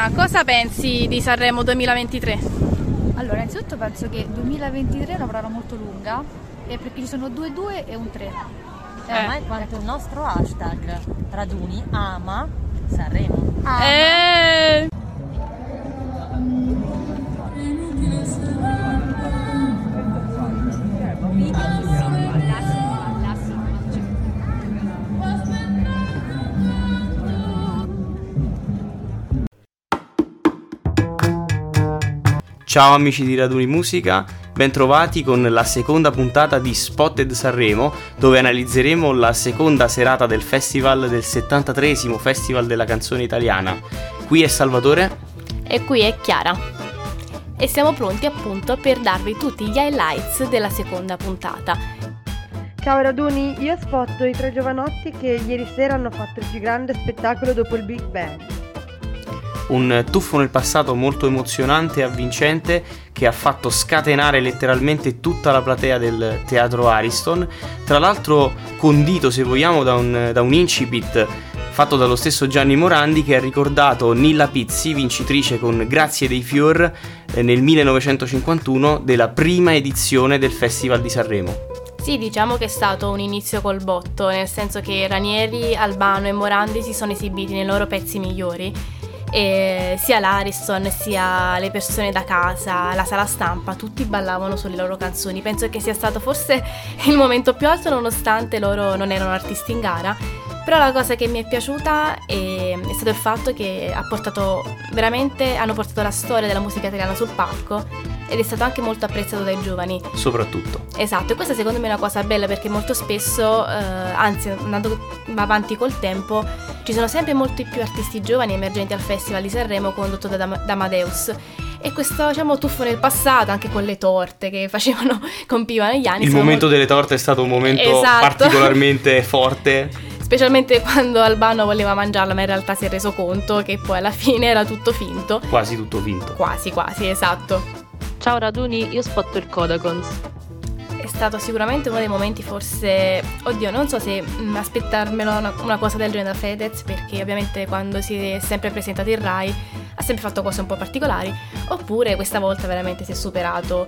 Martina, cosa pensi di Sanremo 2023? Allora, innanzitutto penso che 2023 è una parola molto lunga, perché ci sono 2 e un 3. Ma quanto il nostro hashtag Raduni ama Sanremo. Ciao amici di Raduni Musica, bentrovati con la seconda puntata di Spotted Sanremo, dove analizzeremo la seconda serata del festival, del 73esimo Festival della Canzone Italiana. Qui è Salvatore e qui è Chiara e siamo pronti appunto per darvi tutti gli highlights della seconda puntata. Ciao Raduni, io spotto i 3 giovanotti che ieri sera hanno fatto il più grande spettacolo dopo il Big Bang. Un tuffo nel passato molto emozionante e avvincente che ha fatto scatenare letteralmente tutta la platea del Teatro Ariston, tra l'altro condito, se vogliamo, da un incipit fatto dallo stesso Gianni Morandi, che ha ricordato Nilla Pizzi, vincitrice con Grazie dei Fior nel 1951 della prima edizione del Festival di Sanremo. Sì, diciamo che è stato un inizio col botto, nel senso che Ranieri, Albano e Morandi si sono esibiti nei loro pezzi migliori. E sia l'Ariston sia le persone da casa, la sala stampa, tutti ballavano sulle loro canzoni. Penso che sia stato forse il momento più alto, nonostante loro non erano artisti in gara. Però la cosa che mi è piaciuta è stato il fatto che hanno portato la storia della musica italiana sul palco, ed è stato anche molto apprezzato dai giovani. Soprattutto. Esatto, e questa secondo me è una cosa bella, perché molto spesso, anzi andando avanti col tempo, ci sono sempre molti più artisti giovani emergenti al Festival di Sanremo condotto da Amadeus. E questo, diciamo, tuffo nel passato, anche con le torte che compivano negli anni. Il momento delle torte è stato un momento particolarmente forte. Specialmente quando Albano voleva mangiarla, ma in realtà si è reso conto che poi alla fine era tutto finto. Quasi tutto finto. Quasi, esatto. Ciao Raduni, io spotto il Kodakons. È stato sicuramente uno dei momenti, forse, non so se aspettarmelo una cosa del genere da Fedez, perché ovviamente quando si è sempre presentato in Rai ha sempre fatto cose un po' particolari, oppure questa volta veramente si è superato.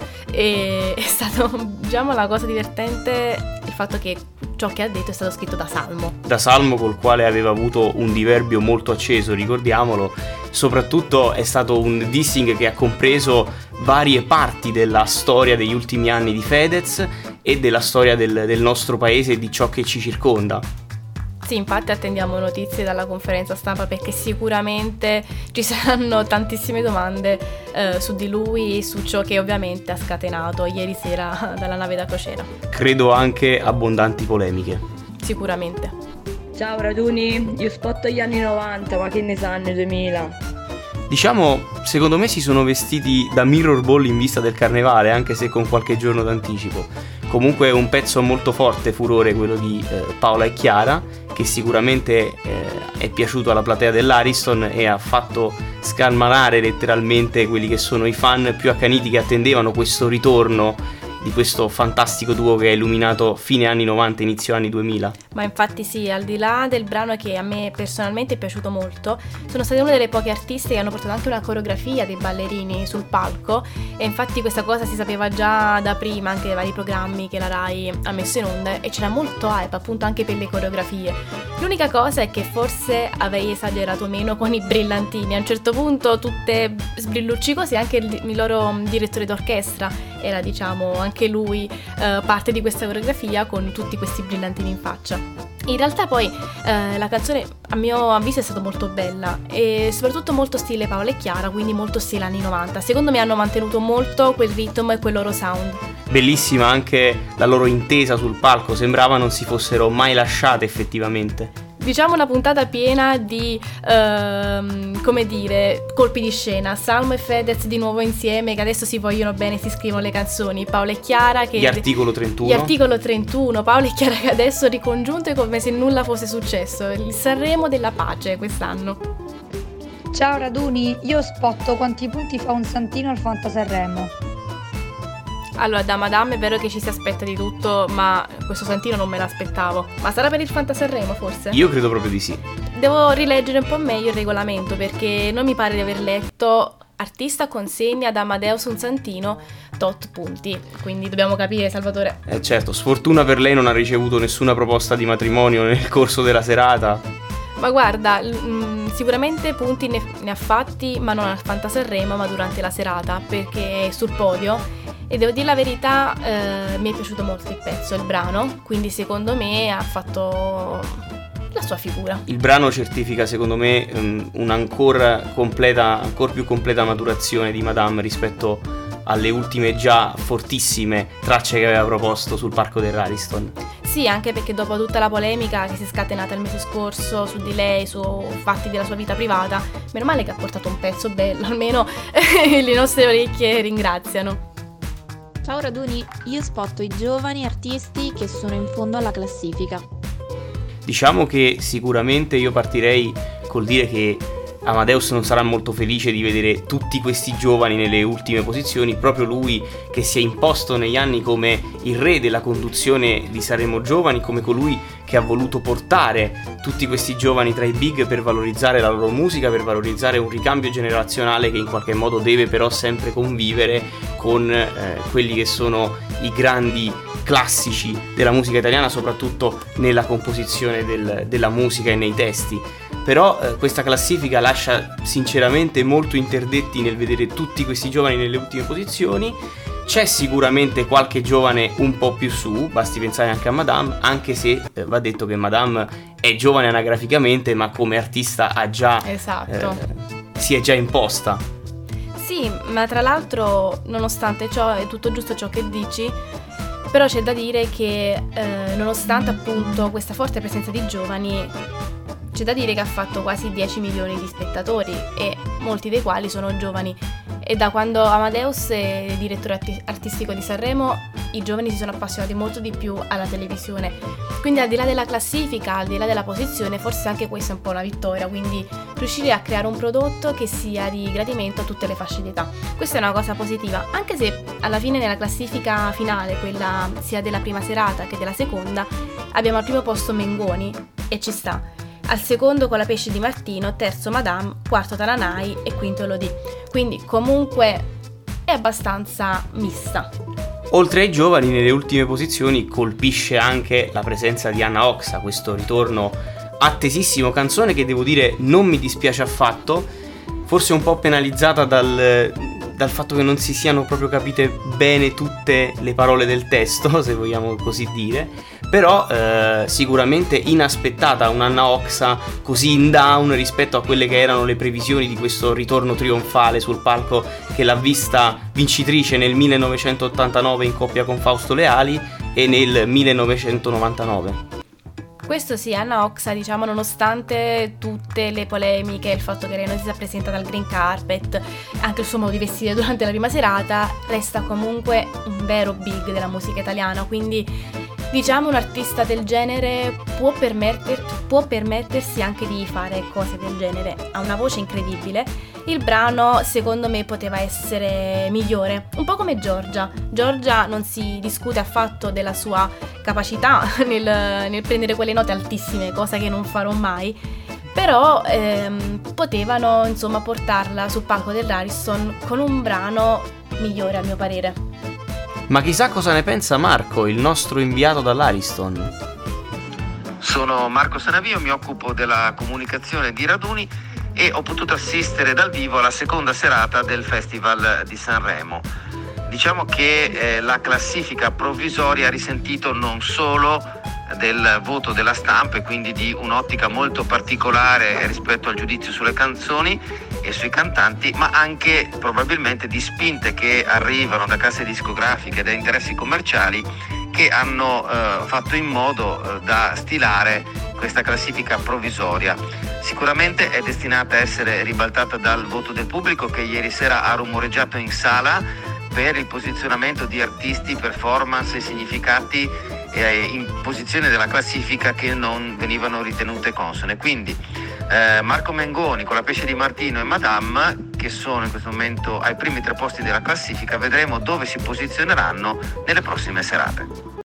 E è stato, diciamo, la cosa divertente il fatto che ciò che ha detto è stato scritto da Salmo. Da Salmo, col quale aveva avuto un diverbio molto acceso, ricordiamolo. Soprattutto è stato un dissing che ha compreso varie parti della storia degli ultimi anni di Fedez e della storia del nostro paese e di ciò che ci circonda. Sì, infatti attendiamo notizie dalla conferenza stampa, perché sicuramente ci saranno tantissime domande su di lui e su ciò che ovviamente ha scatenato ieri sera dalla nave da crociera. Credo anche abbondanti polemiche. Sicuramente. Ciao Raduni, io spotto gli anni 90, ma che ne sanno i 2000? Diciamo, secondo me si sono vestiti da Mirror Ball in vista del carnevale, anche se con qualche giorno d'anticipo. Comunque è un pezzo molto forte, furore, quello di Paola e Chiara, che sicuramente è piaciuto alla platea dell'Ariston e ha fatto scalmanare letteralmente quelli che sono i fan più accaniti che attendevano questo ritorno di questo fantastico duo che ha illuminato fine anni 90, inizio anni 2000. Ma infatti sì, al di là del brano che a me personalmente è piaciuto molto, sono state una delle poche artiste che hanno portato anche una coreografia dei ballerini sul palco, e infatti questa cosa si sapeva già da prima, anche dai vari programmi che la Rai ha messo in onda, e c'era molto hype appunto anche per le coreografie. L'unica cosa è che forse avevi esagerato meno con i brillantini, a un certo punto tutte sbrilluccicose, anche il loro direttore d'orchestra era, diciamo, anche lui parte di questa coreografia con tutti questi brillantini in faccia. In realtà poi la canzone, a mio avviso, è stata molto bella e soprattutto molto stile Paola e Chiara, quindi molto stile anni 90. Secondo me hanno mantenuto molto quel ritmo e quel loro sound. Bellissima anche la loro intesa sul palco, sembrava non si fossero mai lasciate effettivamente. Diciamo una puntata piena di, come dire, colpi di scena. Salmo e Fedez di nuovo insieme, che adesso si vogliono bene, si scrivono le canzoni. Paola e Chiara che... Gli articolo 31. Paola e Chiara che adesso ricongiunte come se nulla fosse successo. Il Sanremo della pace quest'anno. Ciao Raduni, io spotto quanti punti fa un santino al Fanta Sanremo. Allora, da Madame è vero che ci si aspetta di tutto, ma questo santino non me l'aspettavo. Ma sarà per il Fanta Sanremo, forse? Io credo proprio di sì. devo rileggere un po' meglio il regolamento, perché non mi pare di aver letto artista consegna ad Amadeus un santino tot punti, quindi dobbiamo capire, Salvatore. Certo, sfortuna per lei non ha ricevuto nessuna proposta di matrimonio nel corso della serata. Ma guarda, sicuramente punti ne ha fatti, ma non al Fantasanremo, ma durante la serata, perché è sul podio. E devo dire la verità, mi è piaciuto molto il pezzo, il brano, quindi secondo me ha fatto la sua figura. Il brano certifica secondo me un'ancora più completa maturazione di Madame rispetto alle ultime già fortissime tracce che aveva proposto sul palco dell'Ariston. Sì, anche perché dopo tutta la polemica che si è scatenata il mese scorso su di lei, su fatti della sua vita privata, meno male che ha portato un pezzo bello, almeno le nostre orecchie ringraziano. Ciao raduni, io spotto i giovani artisti che sono in fondo alla classifica. Diciamo che sicuramente io partirei col dire che Amadeus non sarà molto felice di vedere tutti questi giovani nelle ultime posizioni, proprio lui che si è imposto negli anni come il re della conduzione di Sanremo Giovani, come colui che ha voluto portare tutti questi giovani tra i big per valorizzare la loro musica, per valorizzare un ricambio generazionale che in qualche modo deve però sempre convivere con quelli che sono i grandi classici della musica italiana, soprattutto nella composizione della musica e nei testi. Però questa classifica lascia sinceramente molto interdetti nel vedere tutti questi giovani nelle ultime posizioni. C'è sicuramente qualche giovane un po' più su, basti pensare anche a Madame, anche se va detto che Madame è giovane anagraficamente, ma come artista ha già si è già imposta. Sì, ma tra l'altro, nonostante ciò, è tutto giusto ciò che dici, però c'è da dire che nonostante appunto questa forte presenza di giovani, c'è da dire che ha fatto quasi 10 milioni di spettatori e molti dei quali sono giovani. E da quando Amadeus è direttore artistico di Sanremo, i giovani si sono appassionati molto di più alla televisione. Quindi al di là della classifica, al di là della posizione, forse anche questa è un po' una vittoria, quindi riuscire a creare un prodotto che sia di gradimento a tutte le fasce di età. Questa è una cosa positiva, anche se alla fine nella classifica finale, quella sia della prima serata che della seconda, abbiamo al primo posto Mengoni, e ci sta. Al secondo con la Pesce di Martino, terzo Madame, quarto Tananai e quinto Elodie. Quindi comunque è abbastanza mista. Oltre ai giovani, nelle ultime posizioni colpisce anche la presenza di Anna Oxa, questo ritorno attesissimo, canzone che devo dire non mi dispiace affatto, forse un po' penalizzata dal fatto che non si siano proprio capite bene tutte le parole del testo, se vogliamo così dire, però sicuramente inaspettata un'Anna Oxa così in down rispetto a quelle che erano le previsioni di questo ritorno trionfale sul palco che l'ha vista vincitrice nel 1989 in coppia con Fausto Leali e nel 1999. Questo sì, Anna Oxa, diciamo, nonostante tutte le polemiche, il fatto che lei non si sia presentata al green carpet, anche il suo modo di vestire durante la prima serata, resta comunque un vero big della musica italiana, quindi diciamo un artista del genere può permettersi anche di fare cose del genere, ha una voce incredibile. Il brano secondo me poteva essere migliore, un po' come Giorgia non si discute affatto della sua capacità nel prendere quelle note altissime, cosa che non farò mai, però potevano insomma portarla sul palco dell'Ariston con un brano migliore a mio parere. Ma chissà cosa ne pensa Marco, il nostro inviato dall'Ariston. Sono Marco Sanavio, mi occupo della comunicazione di Raduni e ho potuto assistere dal vivo alla seconda serata del Festival di Sanremo. Diciamo che la classifica provvisoria ha risentito non solo del voto della stampa e quindi di un'ottica molto particolare rispetto al giudizio sulle canzoni e sui cantanti, ma anche probabilmente di spinte che arrivano da case discografiche e da interessi commerciali che hanno fatto in modo da stilare questa classifica provvisoria. Sicuramente è destinata a essere ribaltata dal voto del pubblico che ieri sera ha rumoreggiato in sala per il posizionamento di artisti, performance e significati in posizione della classifica che non venivano ritenute consone. Quindi Marco Mengoni con la Pesce di Martino e Madame, che sono in questo momento ai primi 3 posti della classifica, vedremo dove si posizioneranno nelle prossime serate.